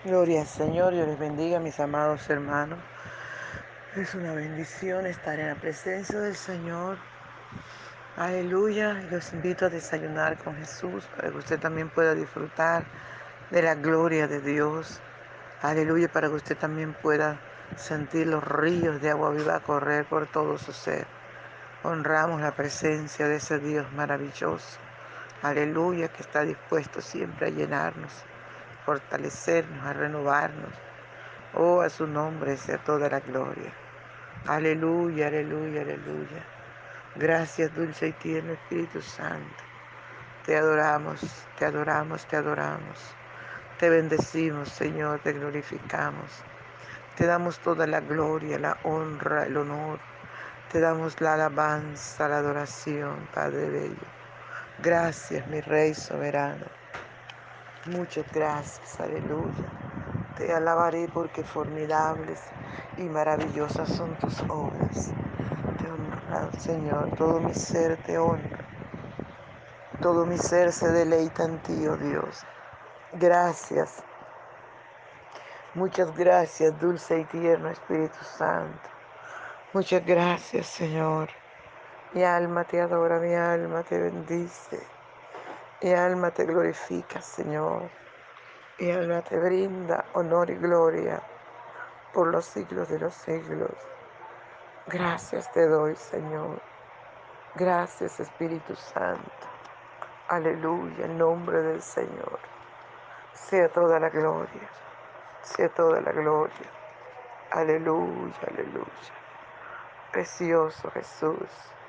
Gloria al Señor, Dios les bendiga, mis amados hermanos. Es una bendición estar en la presencia del Señor. Aleluya. Los invito a desayunar con Jesús para que usted también pueda disfrutar de la gloria de Dios. Aleluya, para que usted también pueda sentir los ríos de agua viva correr por todo su ser. Honramos la presencia de ese Dios maravilloso. Aleluya, que está dispuesto siempre a llenarnos, fortalecernos, a renovarnos. Oh, a su nombre sea toda la gloria. Aleluya, aleluya, aleluya. Gracias, dulce y tierno Espíritu Santo. Te adoramos, te adoramos, te adoramos. Te bendecimos, Señor, te glorificamos. Te damos toda la gloria, la honra, el honor. Te damos la alabanza, la adoración, Padre bello. Gracias, mi Rey soberano. Muchas gracias, aleluya. Te alabaré porque formidables y maravillosas son tus obras. Te honra, Señor, todo mi ser te honra. Todo mi ser se deleita en ti, oh Dios. Gracias, muchas gracias, dulce y tierno Espíritu Santo. Muchas gracias, Señor. Mi alma te adora, mi alma te bendice. Mi alma te glorifica, Señor. Mi alma te brinda honor y gloria por los siglos de los siglos. Gracias te doy, Señor. Gracias, Espíritu Santo. Aleluya, en nombre del Señor. Sea toda la gloria, sea toda la gloria. Aleluya, aleluya. Precioso Jesús.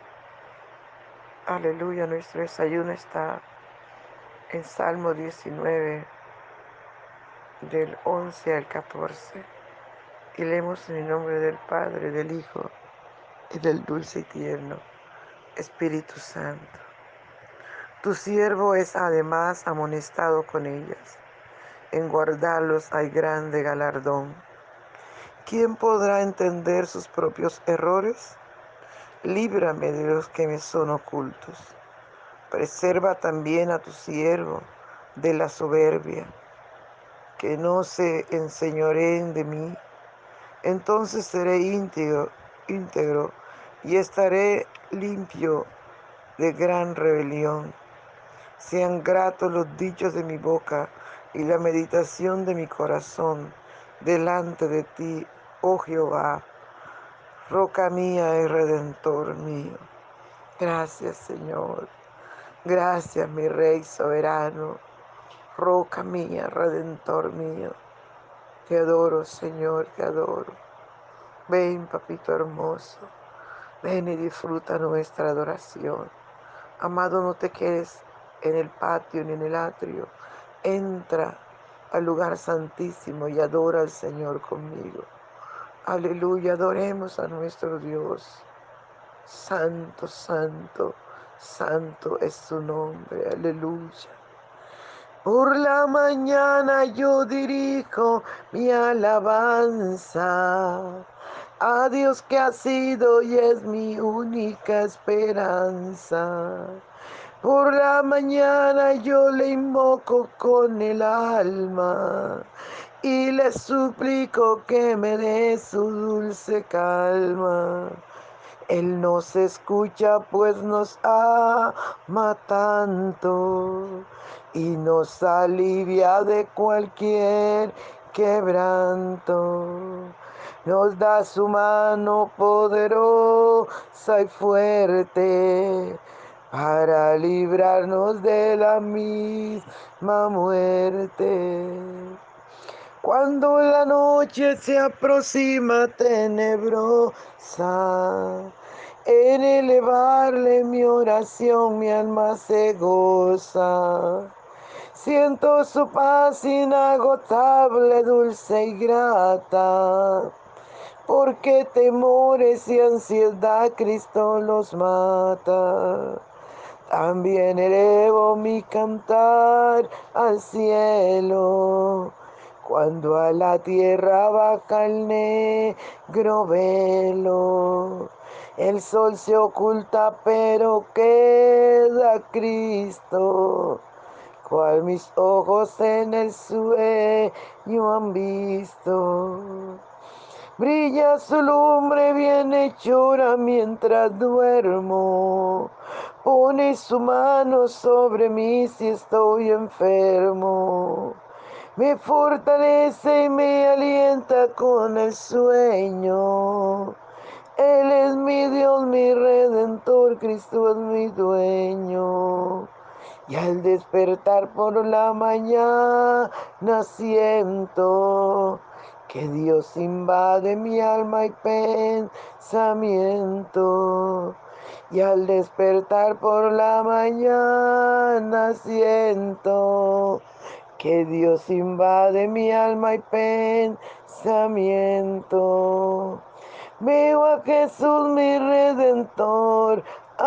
Aleluya, nuestro desayuno está en Salmo 19, del 11 al 14. Y leemos en el nombre del Padre, del Hijo y del dulce y tierno Espíritu Santo. Tu siervo es además amonestado con ellas. En guardarlos hay grande galardón. ¿Quién podrá entender sus propios errores? Líbrame de los que me son ocultos. Preserva también a tu siervo de la soberbia, que no se enseñoreen de mí. Entonces seré íntegro y estaré limpio de gran rebelión. Sean gratos los dichos de mi boca y la meditación de mi corazón delante de ti, oh Jehová, roca mía y redentor mío. Gracias, Señor. Gracias, mi Rey soberano, roca mía, redentor mío. Te adoro, Señor, te adoro. Ven, papito hermoso, ven y disfruta nuestra adoración. Amado, no te quedes en el patio ni en el atrio. Entra al lugar santísimo y adora al Señor conmigo. Aleluya, adoremos a nuestro Dios. Santo, santo, santo es su nombre. Aleluya. Por la mañana yo dirijo mi alabanza a Dios que ha sido y es mi única esperanza. Por la mañana yo le invoco con el alma y le suplico que me dé su dulce calma. Él nos escucha pues nos ama tanto y nos alivia de cualquier quebranto. Nos da su mano poderosa y fuerte para librarnos de la misma muerte. Cuando la noche se aproxima tenebrosa, en elevarle mi oración mi alma se goza. Siento su paz inagotable, dulce y grata, porque temores y ansiedad Cristo los mata. También elevo mi cantar al cielo, cuando a la tierra baja el negro velo. El sol se oculta, pero queda Cristo, cual mis ojos en el sueño no han visto. Brilla su lumbre bienhechora mientras duermo. Pone su mano sobre mí si estoy enfermo. Me fortalece y me alienta con el sueño. Él es mi Dios, mi redentor, Cristo es mi dueño. Y al despertar por la mañana siento que Dios invade mi alma y pensamiento. Y al despertar por la mañana siento que Dios invade mi alma y pensamiento. Veo a Jesús mi redentor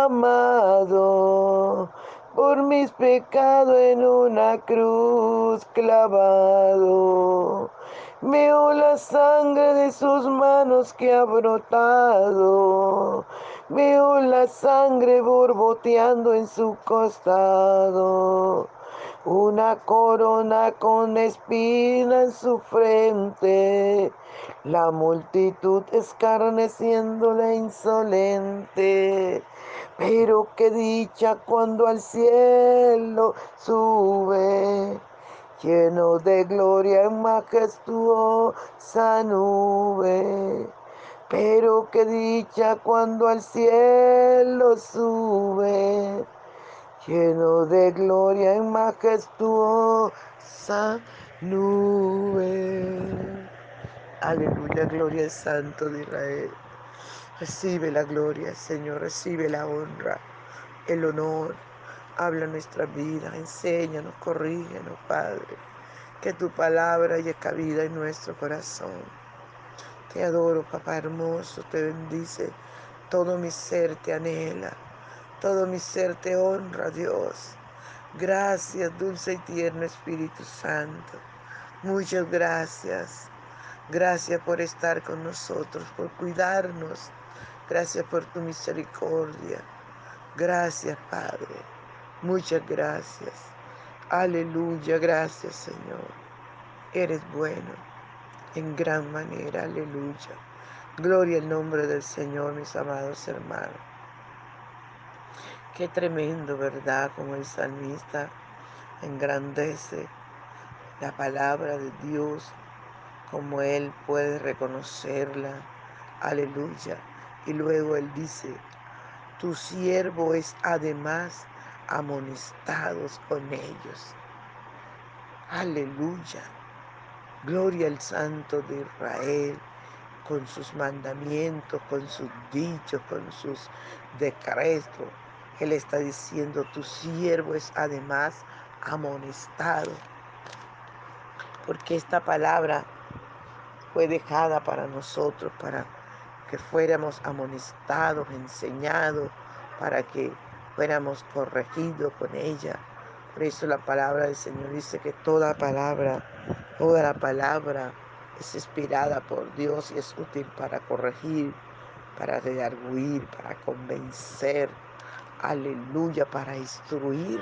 amado, por mis pecados en una cruz clavado. Veo la sangre de sus manos que ha brotado. Veo la sangre borboteando en su costado. Una corona con espina en su frente. La multitud escarneciéndole insolente. Pero qué dicha cuando al cielo sube, lleno de gloria en majestuosa nube. Pero qué dicha cuando al cielo sube, lleno de gloria en majestuosa nube. Aleluya, gloria al Santo de Israel. Recibe la gloria, Señor, recibe la honra, el honor. Habla nuestra vida, enséñanos, corrígenos, Padre. Que tu palabra haya cabida en nuestro corazón. Te adoro, papá hermoso, te bendice. Todo mi ser te anhela, todo mi ser te honra, Dios. Gracias, dulce y tierno Espíritu Santo. Muchas gracias. Gracias por estar con nosotros, por cuidarnos. Gracias por tu misericordia. Gracias, Padre. Muchas gracias. Aleluya, gracias, Señor. Eres bueno en gran manera, aleluya. Gloria al nombre del Señor, mis amados hermanos. Qué tremendo, ¿verdad? Como el salmista engrandece la palabra de Dios, como él puede reconocerla, aleluya. Y luego él dice, tu siervo es además amonestados con ellos. Aleluya. Gloria al Santo de Israel, con sus mandamientos, con sus dichos, con sus decretos. Él está diciendo, tu siervo es además amonestado. Porque esta palabra fue dejada para nosotros, para que fuéramos amonestados, enseñados, para que fuéramos corregidos con ella. Por eso la palabra del Señor dice que toda la palabra es inspirada por Dios y es útil para corregir, para redarguir, para convencer, aleluya, para instruir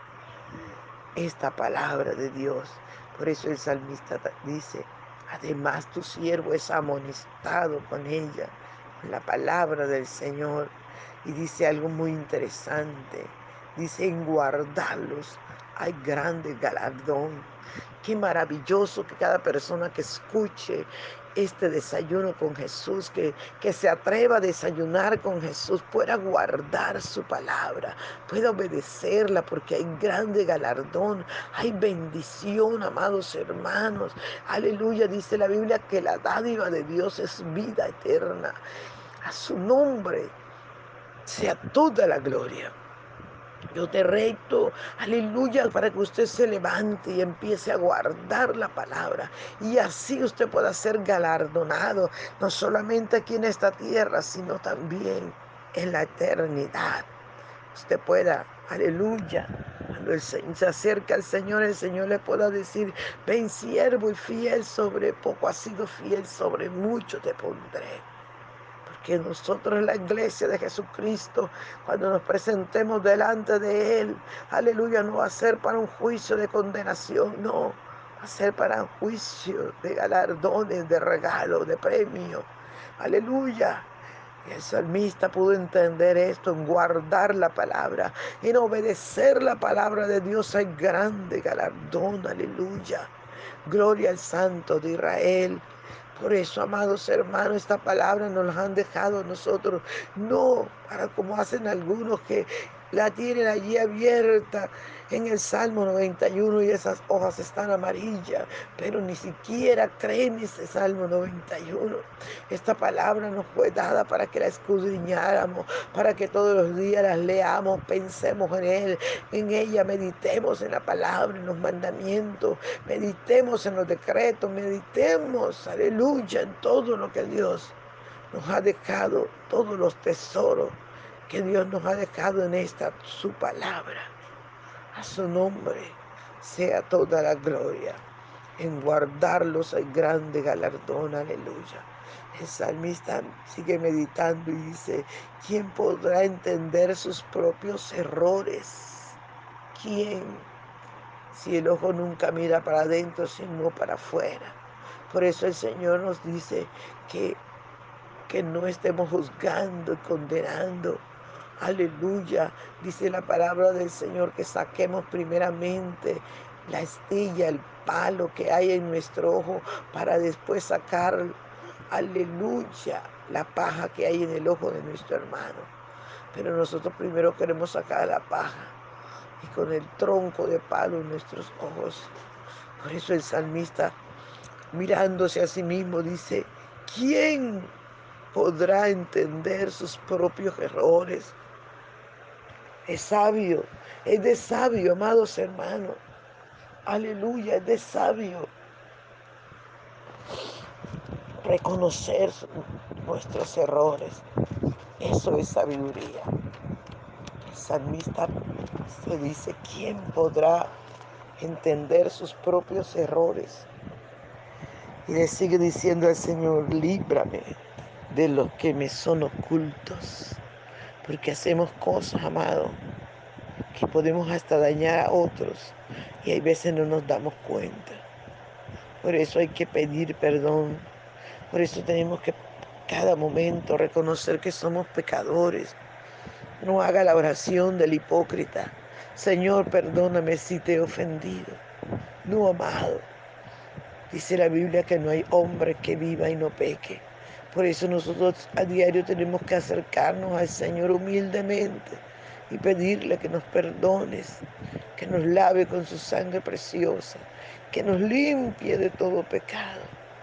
esta palabra de Dios. Por eso el salmista dice, además tu siervo es amonestado con ella, con la palabra del Señor. Y dice algo muy interesante. Dice, en guardarlos hay grande galardón. Qué maravilloso que cada persona que escuche este desayuno con Jesús, que se atreva a desayunar con Jesús, pueda guardar su palabra, pueda obedecerla, porque hay grande galardón, hay bendición, amados hermanos. Aleluya, dice la Biblia que la dádiva de Dios es vida eterna. A su nombre sea toda la gloria. Yo te reto, aleluya, para que usted se levante y empiece a guardar la palabra. Y así usted pueda ser galardonado, no solamente aquí en esta tierra, sino también en la eternidad. Usted pueda, aleluya, cuando se acerca al Señor, el Señor le pueda decir, ven siervo y fiel, sobre poco has sido fiel, sobre mucho te pondré. Porque nosotros, la iglesia de Jesucristo, cuando nos presentemos delante de Él, aleluya, no va a ser para un juicio de condenación, no. a ser para juicio de galardones, de regalo, de premio. Aleluya. Y el salmista pudo entender esto, en guardar la palabra, en obedecer la palabra de Dios hay grande galardón, aleluya. Gloria al Santo de Israel. Por eso, amados hermanos, esta palabra nos la han dejado a nosotros, no para como hacen algunos que la tienen allí abierta en el Salmo 91 y esas hojas están amarillas, pero ni siquiera creen ese Salmo 91. Esta palabra nos fue dada para que la escudriñáramos, para que todos los días las leamos, pensemos en Él, en ella, meditemos en la palabra, en los mandamientos, meditemos en los decretos, meditemos, aleluya, en todo lo que Dios nos ha dejado, todos los tesoros que Dios nos ha dejado en esta su palabra. A su nombre sea toda la gloria. En guardarlos hay grande galardón, aleluya. El salmista sigue meditando y dice, ¿quién podrá entender sus propios errores? ¿Quién? Si el ojo nunca mira para adentro, sino para afuera. Por eso el Señor nos dice que no estemos juzgando y condenando. Aleluya. Dice la palabra del Señor que saquemos primeramente la estilla, el palo que hay en nuestro ojo para después sacar, aleluya, la paja que hay en el ojo de nuestro hermano. Pero nosotros primero queremos sacar la paja y con el tronco de palo en nuestros ojos. Por eso el salmista, mirándose a sí mismo, dice, ¿quién podrá entender sus propios errores? Es sabio, es de sabio, amados hermanos. Aleluya, es de sabio reconocer nuestros errores. Eso es sabiduría. El salmista se dice, ¿quién podrá entender sus propios errores? Y le sigue diciendo al Señor, líbrame de los que me son ocultos. Porque hacemos cosas, amado, que podemos hasta dañar a otros y hay veces no nos damos cuenta. Por eso hay que pedir perdón. Por eso tenemos que cada momento reconocer que somos pecadores. No haga la oración del hipócrita. Señor, perdóname si te he ofendido. No, amado. Dice la Biblia que no hay hombre que viva y no peque. Por eso nosotros a diario tenemos que acercarnos al Señor humildemente y pedirle que nos perdones, que nos lave con su sangre preciosa, que nos limpie de todo pecado.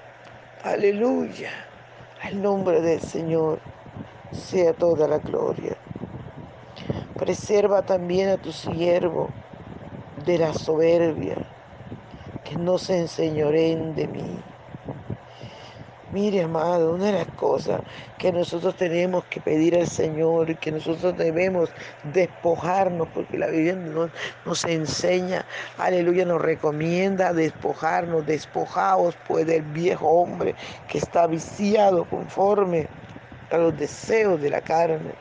Aleluya. Al nombre del Señor sea toda la gloria. Preserva también a tu siervo de la soberbia, que no se enseñoreen de mí. Mire, amado, una de las cosas que nosotros tenemos que pedir al Señor y que nosotros debemos despojarnos, porque la Biblia nos enseña, aleluya, nos recomienda despojarnos, despojaos pues del viejo hombre que está viciado conforme a los deseos de la carne.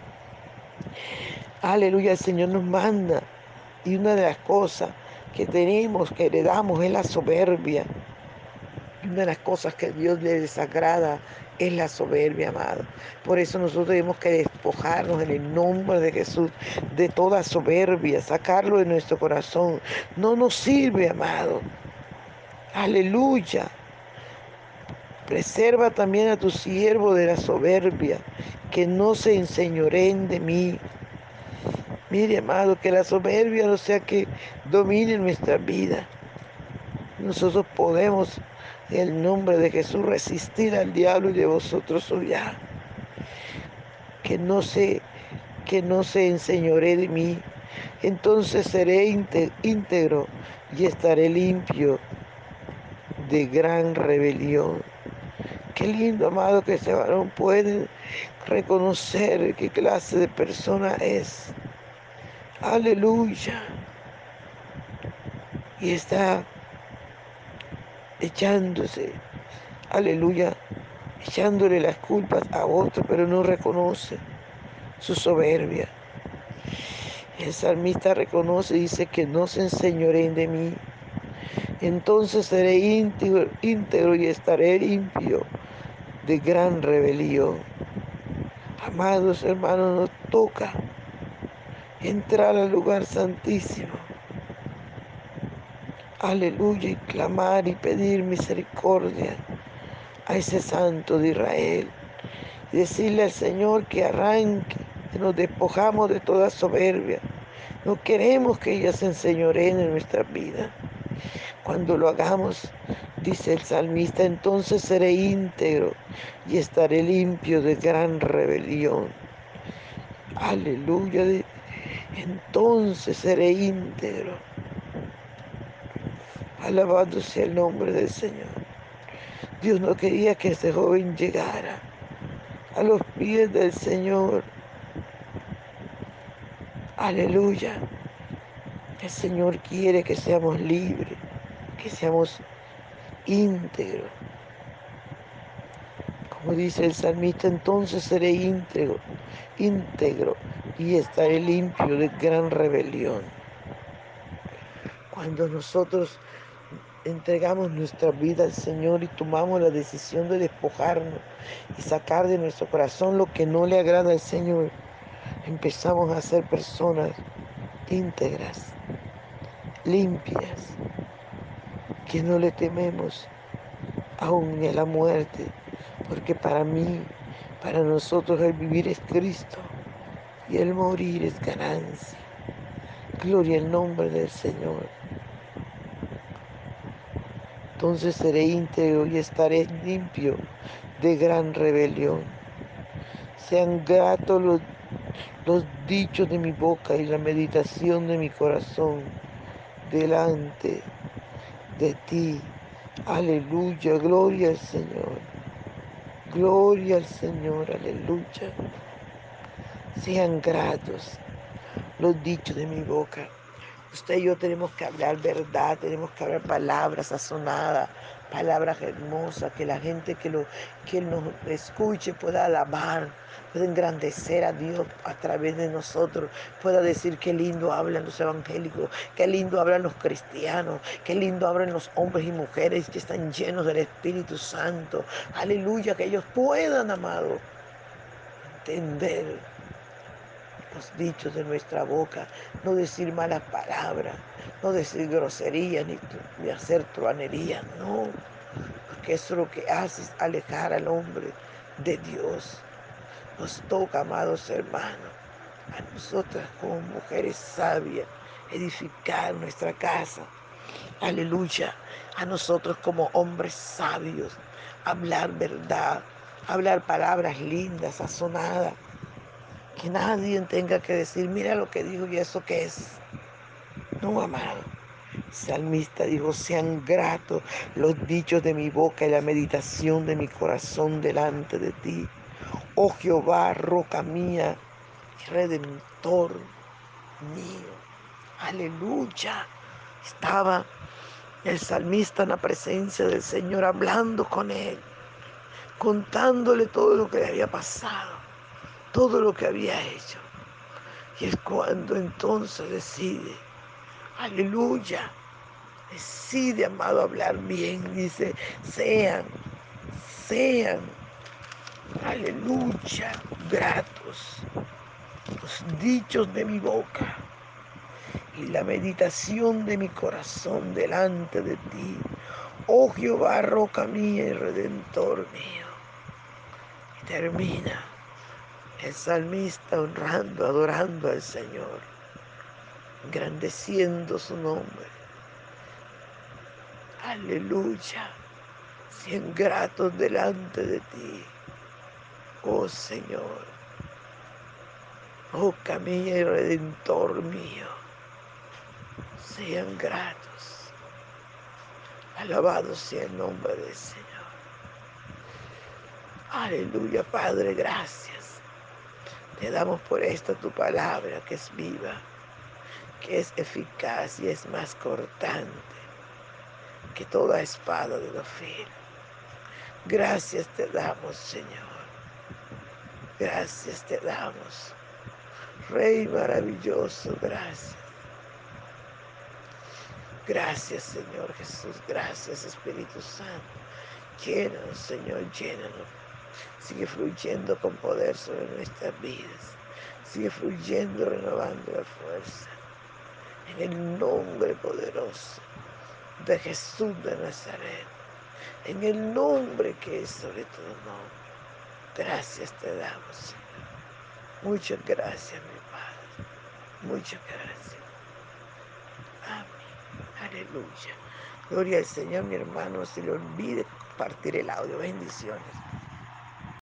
Aleluya, el Señor nos manda. Y una de las cosas que tenemos, que heredamos, es la soberbia. Y una de las cosas que a Dios le desagrada es la soberbia, amado. Por eso nosotros tenemos que despojarnos en el nombre de Jesús de toda soberbia, sacarlo de nuestro corazón. No nos sirve, amado. Aleluya. Preserva también a tu siervo de la soberbia, que no se enseñoreen de mí. Mire, amado, que la soberbia no sea que domine nuestra vida. Nosotros podemos, en el nombre de Jesús, resistir al diablo y de vosotros huirá. Que no se enseñoree de mí. Entonces seré íntegro y estaré limpio de gran rebelión. Qué lindo, amado, que este varón puede reconocer qué clase de persona es. Aleluya. Y está echándose, aleluya, echándole las culpas a otro, pero no reconoce su soberbia. El salmista reconoce y dice que no se enseñoreen de mí. Entonces seré íntegro y estaré limpio de gran rebelión. Amados hermanos, nos toca entrar al lugar santísimo. Aleluya, y clamar y pedir misericordia a ese santo de Israel. Y decirle al Señor que arranque, que nos despojamos de toda soberbia. No queremos que ella se enseñoree en nuestra vida. Cuando lo hagamos, dice el salmista, entonces seré íntegro y estaré limpio de gran rebelión. Aleluya, entonces seré íntegro. Alabado sea el nombre del Señor. Dios no quería que ese joven llegara a los pies del Señor. Aleluya. El Señor quiere que seamos libres, que seamos íntegros. Como dice el salmista, entonces seré íntegro y estaré limpio de gran rebelión. Cuando nosotros entregamos nuestra vida al Señor y tomamos la decisión de despojarnos y sacar de nuestro corazón lo que no le agrada al Señor, empezamos a ser personas íntegras, limpias, que no le tememos aún ni a la muerte, porque para mí, para nosotros el vivir es Cristo y el morir es ganancia. Gloria al nombre del Señor. Entonces seré íntegro y estaré limpio de gran rebelión. Sean gratos los dichos de mi boca y la meditación de mi corazón delante de ti. Aleluya, gloria al Señor. Gloria al Señor, aleluya. Sean gratos los dichos de mi boca. Usted y yo tenemos que hablar verdad, tenemos que hablar palabras sazonadas, palabras hermosas, que la gente que nos escuche pueda alabar, pueda engrandecer a Dios a través de nosotros, pueda decir qué lindo hablan los evangélicos, qué lindo hablan los cristianos, qué lindo hablan los hombres y mujeres que están llenos del Espíritu Santo. Aleluya, que ellos puedan, amado, entender los dichos de nuestra boca, no decir malas palabras, no decir groserías ni hacer truanerías, no, porque eso lo que hace es alejar al hombre de Dios. Nos toca, amados hermanos, a nosotras como mujeres sabias, edificar nuestra casa. Aleluya. A nosotros como hombres sabios, hablar verdad, hablar palabras lindas, sazonadas, que nadie tenga que decir, mira lo que dijo y eso qué es. No, amado. El salmista dijo, sean gratos los dichos de mi boca y la meditación de mi corazón delante de ti. Oh Jehová, roca mía y redentor mío. Aleluya. Estaba el salmista en la presencia del Señor hablando con él, contándole todo lo que le había pasado, todo lo que había hecho. Y es cuando entonces decide, aleluya, decide, amado, hablar bien. Dice, sean, aleluya, gratos los dichos de mi boca y la meditación de mi corazón delante de ti. Oh Jehová, roca mía y redentor mío. Y termina el salmista honrando, adorando al Señor, engrandeciendo su nombre. Aleluya. Sean gratos delante de ti, oh Señor, oh camino y redentor mío. Sean gratos. Alabado sea el nombre del Señor. Aleluya, Padre, gracias. Te damos por esta tu palabra que es viva, que es eficaz y es más cortante que toda espada de dos filos. Gracias te damos, Señor. Gracias te damos. Rey maravilloso, gracias. Gracias, Señor Jesús. Gracias, Espíritu Santo. Llénanos, Señor, llénanos. Sigue fluyendo con poder sobre nuestras vidas. Sigue fluyendo, renovando la fuerza. En el nombre poderoso de Jesús de Nazaret. En el nombre que es sobre todo nombre. Gracias te damos, Señor. Muchas gracias, mi Padre. Muchas gracias. Amén. Aleluya. Gloria al Señor, mi hermano. No se le olvide compartir el audio. Bendiciones.